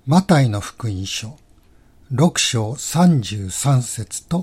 マタイの福音書6章33節と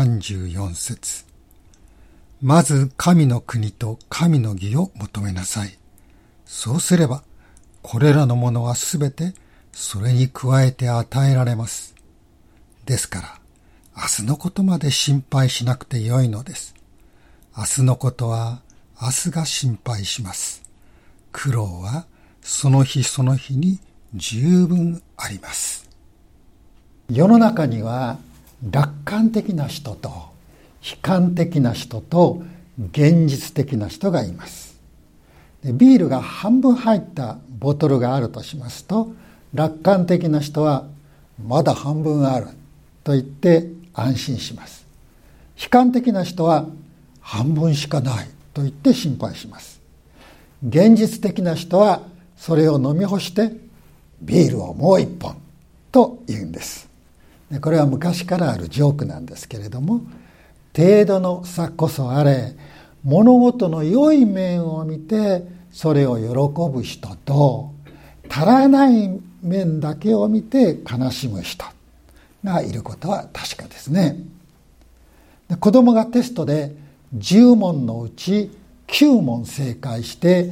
34節。まず神の国と神の義を求めなさい。そうすればこれらのものはすべてそれに加えて与えられます。ですから明日のことまで心配しなくてよいのです。明日のことは明日が心配します。苦労はその日その日に十分あります。世の中には楽観的な人と悲観的な人と現実的な人がいます。でビールが半分入ったボトルがあるとしますと、楽観的な人はまだ半分あると言って安心します。悲観的な人は半分しかないと言って心配します。現実的な人はそれを飲み干してビールをもう一本と言うんです。これは昔からあるジョークなんですけれども、程度の差こそあれ、物事の良い面を見てそれを喜ぶ人と、足らない面だけを見て悲しむ人がいることは確かですね。で子供がテストで10問のうち9問正解して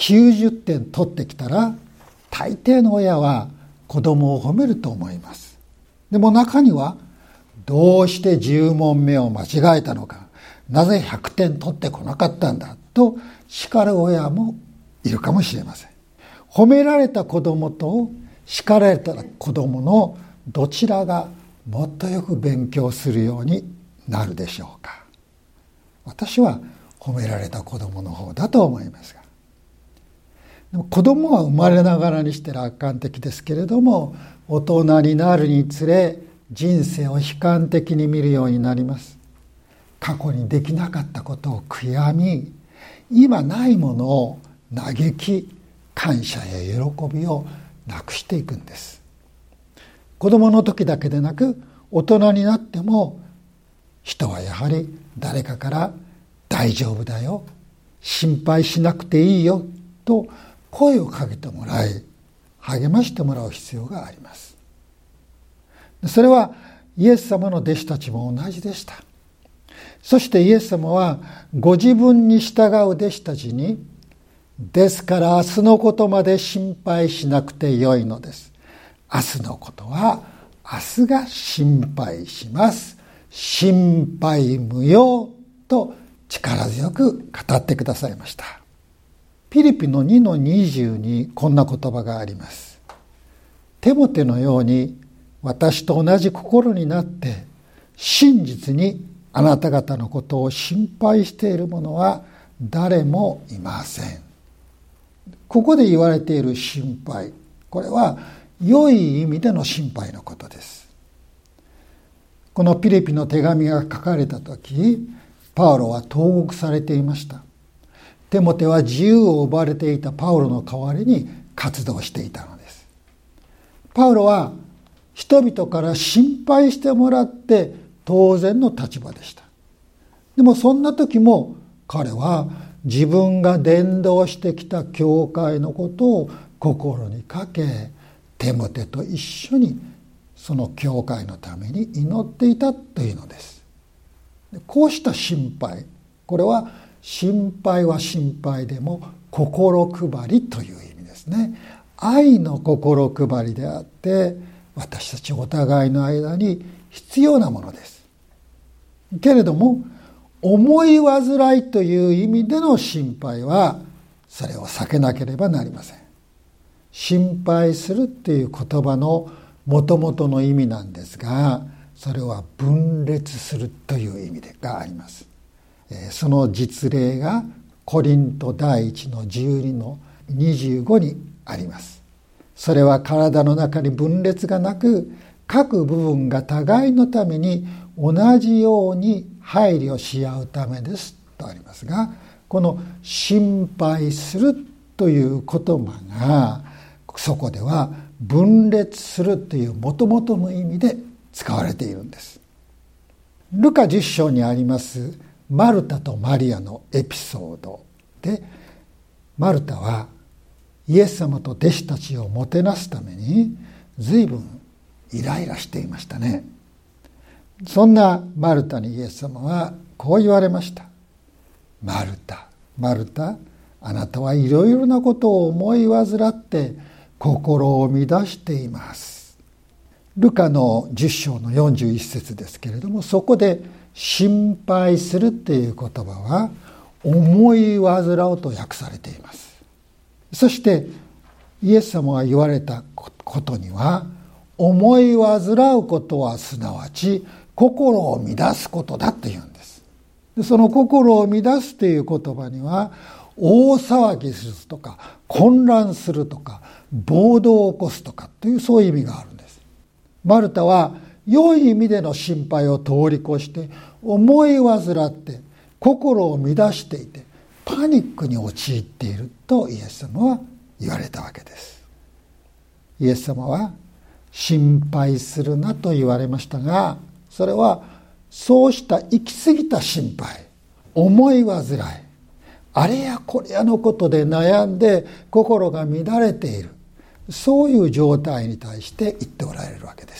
90点取ってきたら、大抵の親は子供を褒めると思います。でも中には、どうして10問目を間違えたのか、なぜ100点取ってこなかったんだと叱る親もいるかもしれません。褒められた子供と叱られた子供のどちらがもっとよく勉強するようになるでしょうか。私は褒められた子供の方だと思いますが、でも子供は生まれながらにして楽観的ですけれども、大人になるにつれ人生を悲観的に見るようになります。過去にできなかったことを悔やみ、今ないものを嘆き、感謝や喜びをなくしていくんです。子供の時だけでなく、大人になっても人はやはり誰かから大丈夫だよ、心配しなくていいよと声をかけてもらい、励ましてもらう必要があります。それはイエス様の弟子たちも同じでした。そしてイエス様はご自分に従う弟子たちに、ですから明日のことまで心配しなくてよいのです。明日のことは明日が心配します。心配無用と力強く語ってくださいました。ピリピの2の20にこんな言葉があります。テモテのように私と同じ心になって真実にあなた方のことを心配している者は誰もいません。ここで言われている心配、これは良い意味での心配のことです。このピリピの手紙が書かれた時、パウロは投獄されていました。テモテは自由を奪われていたパウロの代わりに活動していたのです。パウロは人々から心配してもらって当然の立場でした。でもそんな時も彼は自分が伝道してきた教会のことを心にかけ、テモテと一緒にその教会のために祈っていたというのです。こうした心配、これは心配は心配でも心配りという意味ですね。愛の心配りであって、私たちお互いの間に必要なものです。けれども、思い煩いという意味での心配は、それを避けなければなりません。心配するという言葉の元々の意味なんですが、それは分裂するという意味があります。その実例がコリント第一の12の25にあります。それは体の中に分裂がなく、各部分が互いのために同じように配慮し合うためですとありますが、この心配するという言葉がそこでは分裂するという元々の意味で使われているんです。ルカ10章にありますマルタとマリアのエピソードで、マルタはイエス様と弟子たちをもてなすために随分イライラしていましたね。そんなマルタにイエス様はこう言われました。マルタ、マルタ、あなたはいろいろなことを思い煩って心を乱しています。ルカの10章の41節ですけれども、そこで心配するっていう言葉は思い煩うと訳されています。そしてイエス様が言われたことには、思い煩うことはすなわち心を乱すことだというんです。その心を乱すという言葉には、大騒ぎするとか混乱するとか暴動を起こすとかという、そういう意味があるんです。マルタは良い意味での心配を通り越して思い煩って心を乱していてパニックに陥っているとイエス様は言われたわけです。イエス様は心配するなと言われましたが、それはそうした行き過ぎた心配、思い煩い、あれやこれやのことで悩んで心が乱れている、そういう状態に対して言っておられるわけです。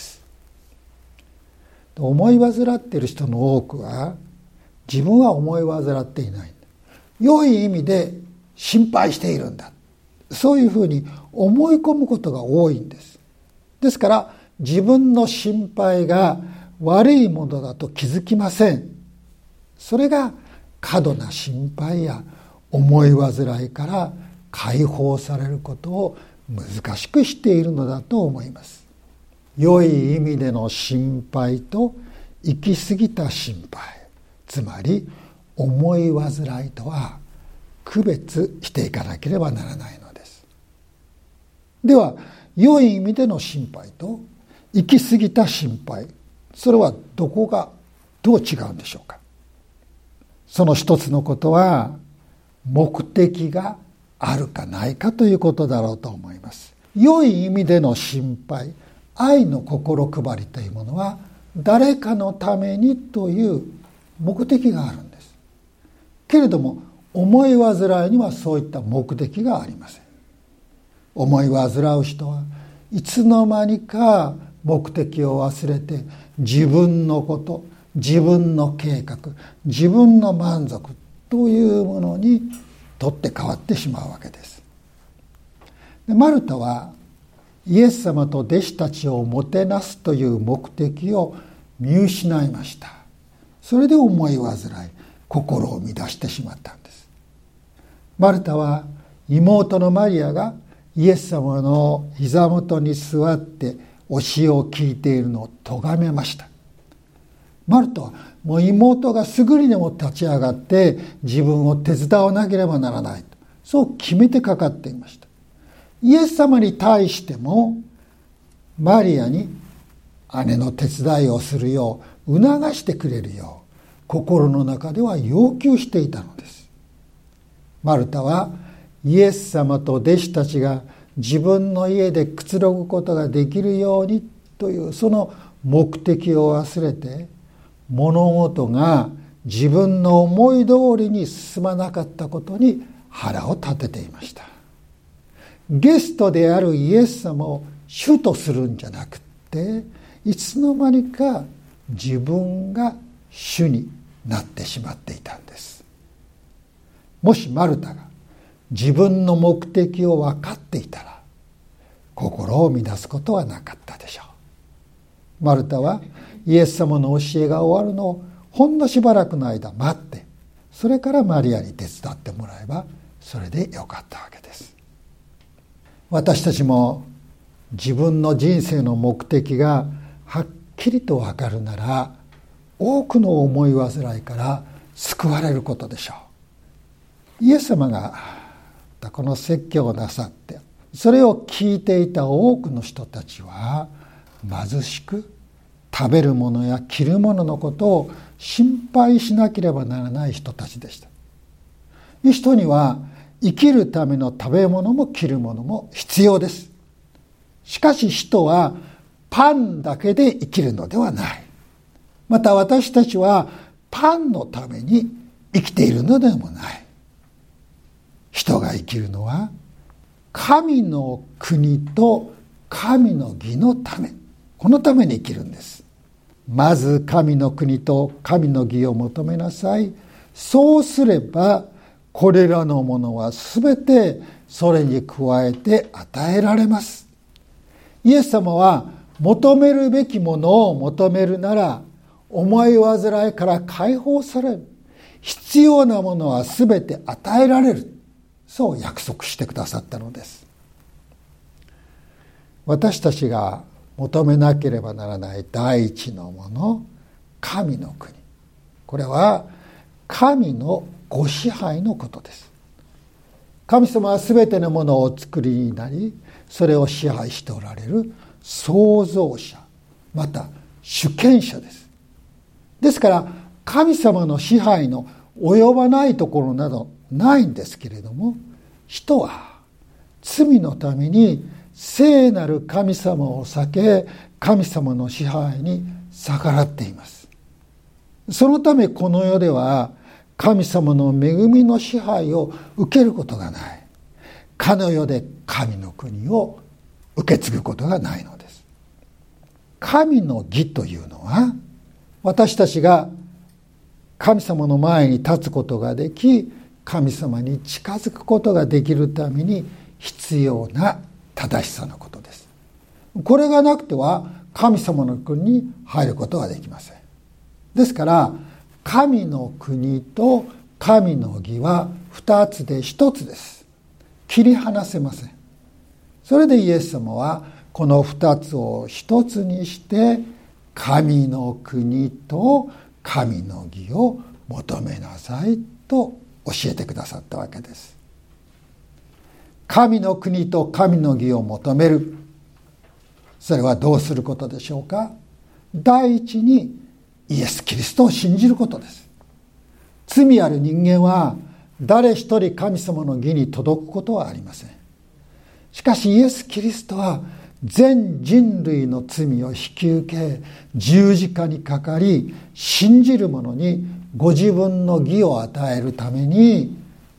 思い煩っている人の多くは、自分は思い煩っていない、良い意味で心配しているんだ、そういうふうに思い込むことが多いんです。ですから自分の心配が悪いものだと気づきません。それが過度な心配や思い煩いから解放されることを難しくしているのだと思います。良い意味での心配と行き過ぎた心配、つまり思い煩いとは区別していかなければならないのです。では良い意味での心配と行き過ぎた心配、それはどう違うんでしょうか。その一つのことは目的があるかないかということだろうと思います。良い意味での心配、愛の心配りというものは誰かのためにという目的があるんです。けれども思い煩いにはそういった目的がありません。思い煩う人はいつの間にか目的を忘れて自分のこと、自分の計画、自分の満足というものにとって変わってしまうわけです。でマルタはイエス様と弟子たちをもてなすという目的を見失いました。それで思い煩い、心を乱してしまったんです。マルタは妹のマリアがイエス様の膝元に座って教えを聞いているのを咎めました。マルタはもう妹がすぐにでも立ち上がって自分を手伝わなければならないと、そう決めてかかっていました。イエス様に対してもマリアに姉の手伝いをするよう促してくれるよう心の中では要求していたのです。マルタはイエス様と弟子たちが自分の家でくつろぐことができるようにというその目的を忘れて、物事が自分の思い通りに進まなかったことに腹を立てていました。ゲストであるイエス様を主とするんじゃなくて、いつの間にか自分が主になってしまっていたんです。もしマルタが自分の目的を分かっていたら心を乱すことはなかったでしょう。マルタはイエス様の教えが終わるのをほんのしばらくの間待って、それからマリアに手伝ってもらえばそれでよかったわけです。私たちも自分の人生の目的がはっきりと分かるなら、多くの思い煩いから救われることでしょう。イエス様がこの説教をなさって、それを聞いていた多くの人たちは貧しく、食べるものや着るもののことを心配しなければならない人たちでした。人には生きるための食べ物も着るものも必要です。しかし人はパンだけで生きるのではない。また私たちはパンのために生きているのでもない。人が生きるのは神の国と神の義のため、このために生きるんです。まず神の国と神の義を求めなさい。そうすればこれらのものはすべてそれに加えて与えられます。イエス様は求めるべきものを求めるなら思い煩いから解放される。必要なものはすべて与えられる。そう約束してくださったのです。私たちが求めなければならない第一のもの、神の国。これは神のご支配のことです。神様はすべてのものをお作りになり、それを支配しておられる創造者、また主権者です。ですから神様の支配の及ばないところなどないんですけれども、人は罪のために聖なる神様を避け、神様の支配に逆らっています。そのためこの世では神様の恵みの支配を受けることがない。かの世で神の国を受け継ぐことがないのです。神の義というのは、私たちが神様の前に立つことができ、神様に近づくことができるために必要な正しさのことです。これがなくては神様の国に入ることはできません。ですから神の国と神の義は二つで一つです。切り離せません。それでイエス様はこの二つを一つにして神の国と神の義を求めなさいと教えてくださったわけです。神の国と神の義を求める。それはどうすることでしょうか。第一にイエス・キリストを信じることです。罪ある人間は誰一人神様の義に届くことはありません。しかしイエス・キリストは全人類の罪を引き受け、十字架にかかり、信じる者にご自分の義を与えるために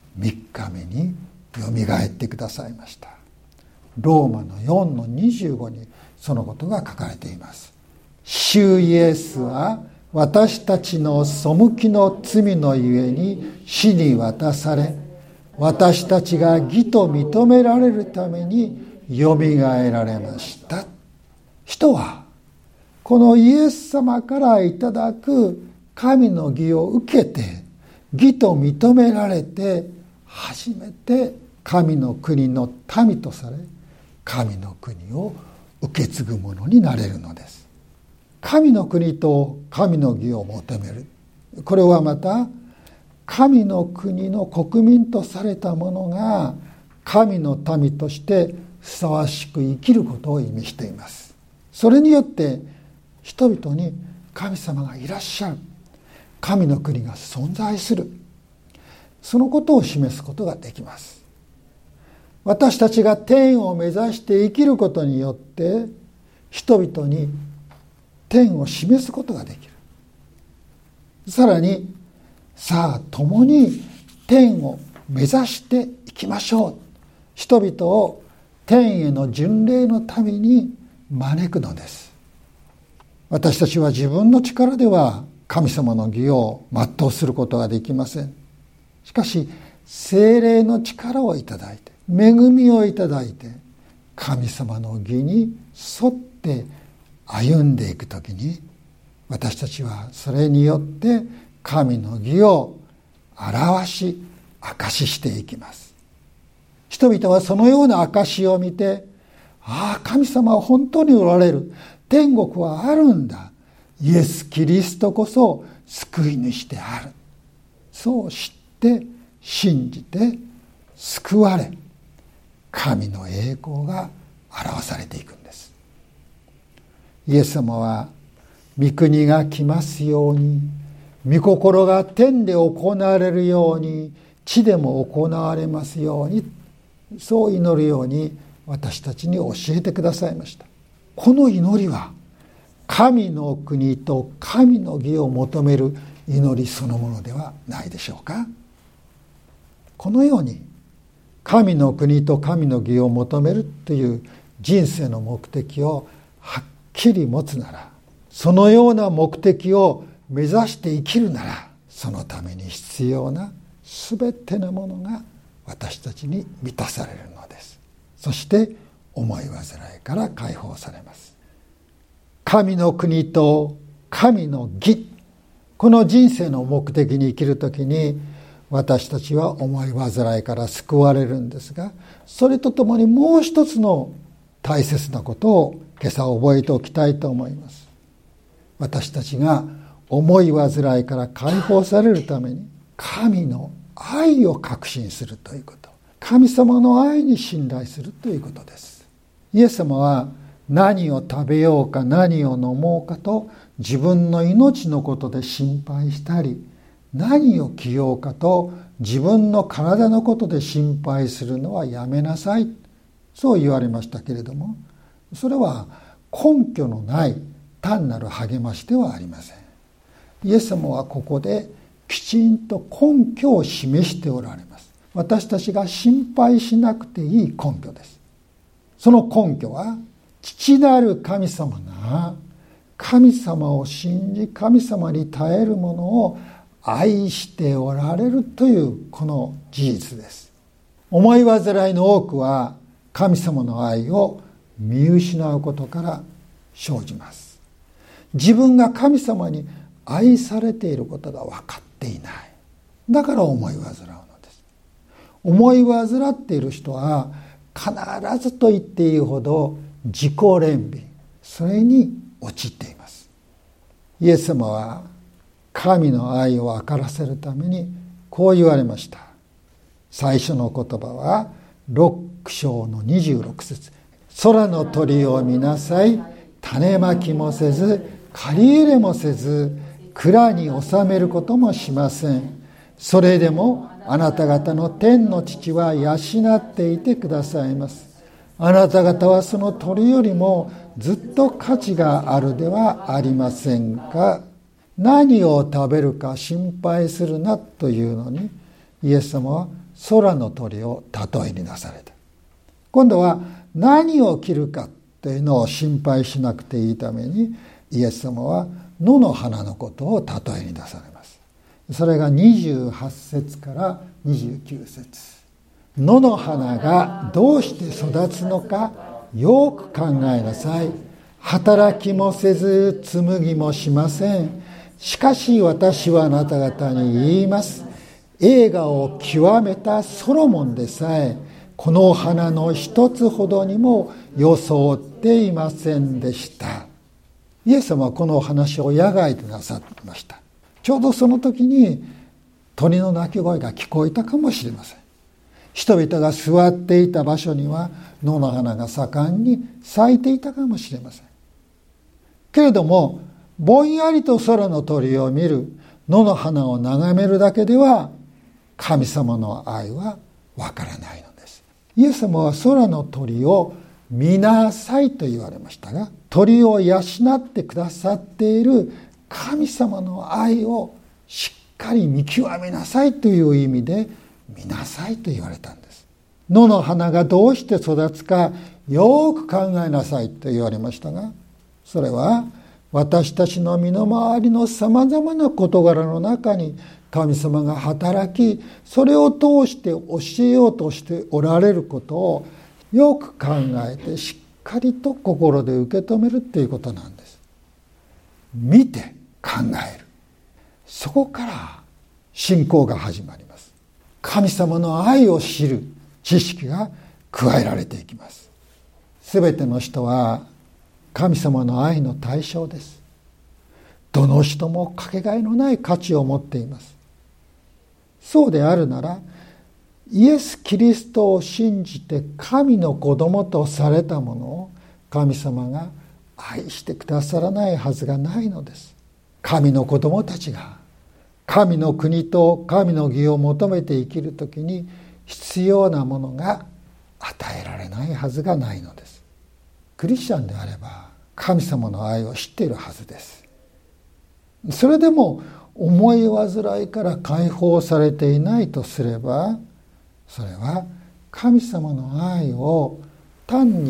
3日目によみがえってくださいました。ローマの4の25にそのことが書かれています。主イエスは私たちの背きの罪のゆえに死に渡され、私たちが義と認められるためによみがえられました。人はこのイエス様からいただく神の義を受けて、義と認められて初めて神の国の民とされ、神の国を受け継ぐ者になれるのです。神の国と神の義を求める。これはまた神の国の国民とされた者が神の民としてふさわしく生きることを意味しています。それによって人々に神様がいらっしゃる、神の国が存在する、そのことを示すことができます。私たちが天を目指して生きることによって人々に天を示すことができる。さらに、さあ共に天を目指していきましょう。人々を天への巡礼のために招くのです。私たちは自分の力では神様の義を全うすることができません。しかし聖霊の力をいただいて、恵みをいただいて、神様の義に沿って歩んでいくときに、私たちはそれによって神の義を表し証ししていきます。人々はそのような証を見て、ああ、神様は本当におられる、天国はあるんだ、イエス・キリストこそ救い主である、そう知って信じて救われ、神の栄光が表されていくんです。イエス様は、御国が来ますように、御心が天で行われるように地でも行われますように、そう祈るように私たちに教えてくださいました。この祈りは神の国と神の義を求める祈りそのものではないでしょうか。このように神の国と神の義を求めるという人生の目的をはっきり持つなら、そのような目的を目指して生きるなら、そのために必要なすべてのものが私たちに満たされるのです。そして思い煩いから解放されます。神の国と神の義、この人生の目的に生きるときに、私たちは思い煩いから救われるんですが、それとともにもう一つの大切なことを今朝覚えておきたいと思います。私たちが思い煩いから解放されるために、神の愛を確信するということ、神様の愛に信頼するということです。イエス様は何を食べようか何を飲もうかと自分の命のことで心配したり、何を着ようかと自分の体のことで心配するのはやめなさい、そう言われましたけれども、それは根拠のない単なる励ましではありません。イエス様はここできちんと根拠を示しておられます。私たちが心配しなくていい根拠です。その根拠は、父なる神様が神様を信じ神様に耐える者を愛しておられるというこの事実です。思い煩いの多くは神様の愛を見失うことから生じます。自分が神様に愛されていることが分かっていない。だから思い煩うのです。思い煩っている人は必ずと言っていいほど自己憐憫、それに陥っています。イエス様は神の愛を分からせるためにこう言われました。最初の言葉は6章の26節、空の鳥を見なさい、種まきもせず刈り入れもせず蔵に収めることもしません。それでもあなた方の天の父は養っていてくださいます。あなた方はその鳥よりもずっと価値があるではありませんか。何を食べるか心配するなというのに、イエス様は空の鳥を例えになされた。今度は何を着るかというのを心配しなくていいために、イエス様は野の花のことを例えに出されます。それが28節から29節。野の花がどうして育つのかよく考えなさい。働きもせず紡ぎもしません。しかし私はあなた方に言います。栄華を極めたソロモンでさえこの花の一つほどにも装っていませんでした。イエス様はこのお話を野外でなさっていました。ちょうどその時に鳥の鳴き声が聞こえたかもしれません。人々が座っていた場所には野の花が盛んに咲いていたかもしれません。けれどもぼんやりと空の鳥を見る、野の花を眺めるだけでは神様の愛はわからないのです。イエス様は空の鳥を見なさいと言われましたが、鳥を養ってくださっている神様の愛をしっかり見極めなさいという意味で見なさいと言われたんです。野の花がどうして育つかよく考えなさいと言われましたが、それは私たちの身の回りのさまざまな事柄の中に神様が働き、それを通して教えようとしておられることをよく考えてしっかりと心で受け止めるっていうことなんです。見て考える、そこから信仰が始まります。神様の愛を知る知識が加えられていきます。すべての人は神様の愛の対象です。どの人もかけがえのない価値を持っています。そうであるなら、イエス・キリストを信じて神の子供とされたものを神様が愛してくださらないはずがないのです。神の子供たちが神の国と神の義を求めて生きるときに必要なものが与えられないはずがないのです。クリスチャンであれば神様の愛を知っているはずです。それでも思い煩いから解放されていないとすれば、それは神様の愛を単に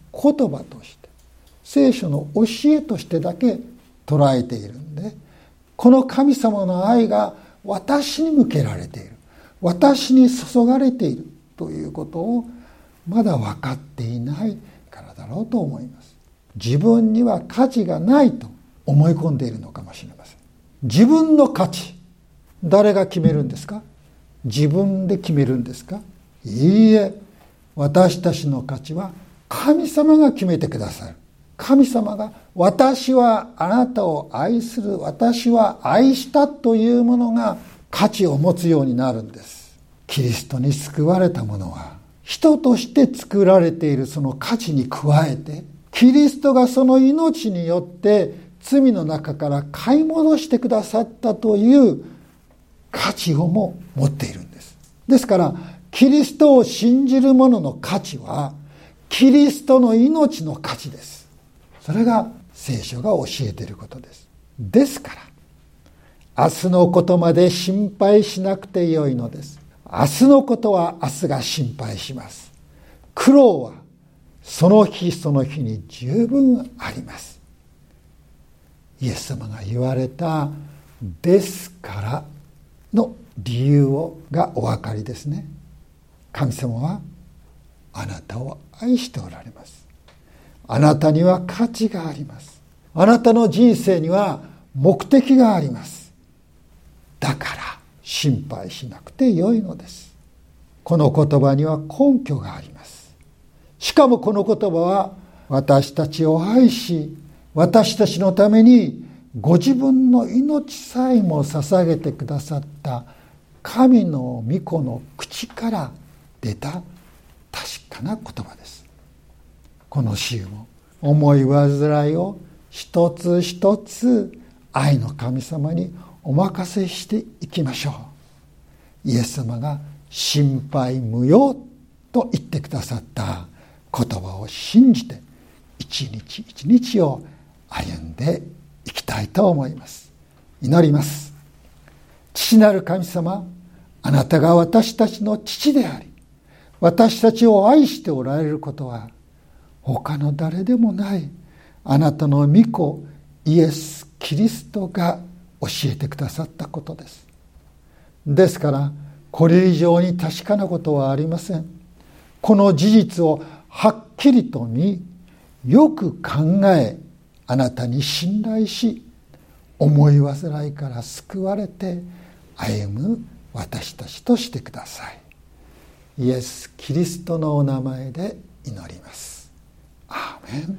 言葉として、聖書の教えとしてだけ捉えているんで、この神様の愛が私に向けられている、私に注がれているということをまだ分かっていないからだろうと思います。自分には価値がないと思い込んでいるのかもしれません。自分の価値、誰が決めるんですか？自分で決めるんですか？いいえ、私たちの価値は神様が決めてくださる。神様が、私はあなたを愛する、私は愛したというものが価値を持つようになるんです。キリストに救われた者は、人として作られているその価値に加えて、キリストがその命によって罪の中から買い戻してくださったという価値をも持っているんです。ですから、キリストを信じる者の価値は、キリストの命の価値です。それが聖書が教えていることです。ですから、明日のことまで心配しなくてよいのです。明日のことは明日が心配します。苦労はその日その日に十分あります。イエス様が言われたですからの理由がお分かりですね。神様はあなたを愛しておられます。あなたには価値があります。あなたの人生には目的があります。だから心配しなくてよいのです。この言葉には根拠があります。しかもこの言葉は私たちを愛し、私たちのためにご自分の命さえも捧げてくださった神の御子の口から出た確かな言葉です。この週も思い煩いを一つ一つ愛の神様にお任せしていきましょう。イエス様が心配無用と言ってくださった言葉を信じて一日一日を歩んでいきたいと思います。祈ります。父なる神様、あなたが私たちの父であり、私たちを愛しておられることは他の誰でもないあなたの御子イエス・キリストが教えてくださったことです。ですからこれ以上に確かなことはありません。この事実をはっきりと見、よく考え、あなたに信頼し、思い煩いから救われて歩む私たちとしてください。イエス・キリストのお名前で祈ります。アーメン。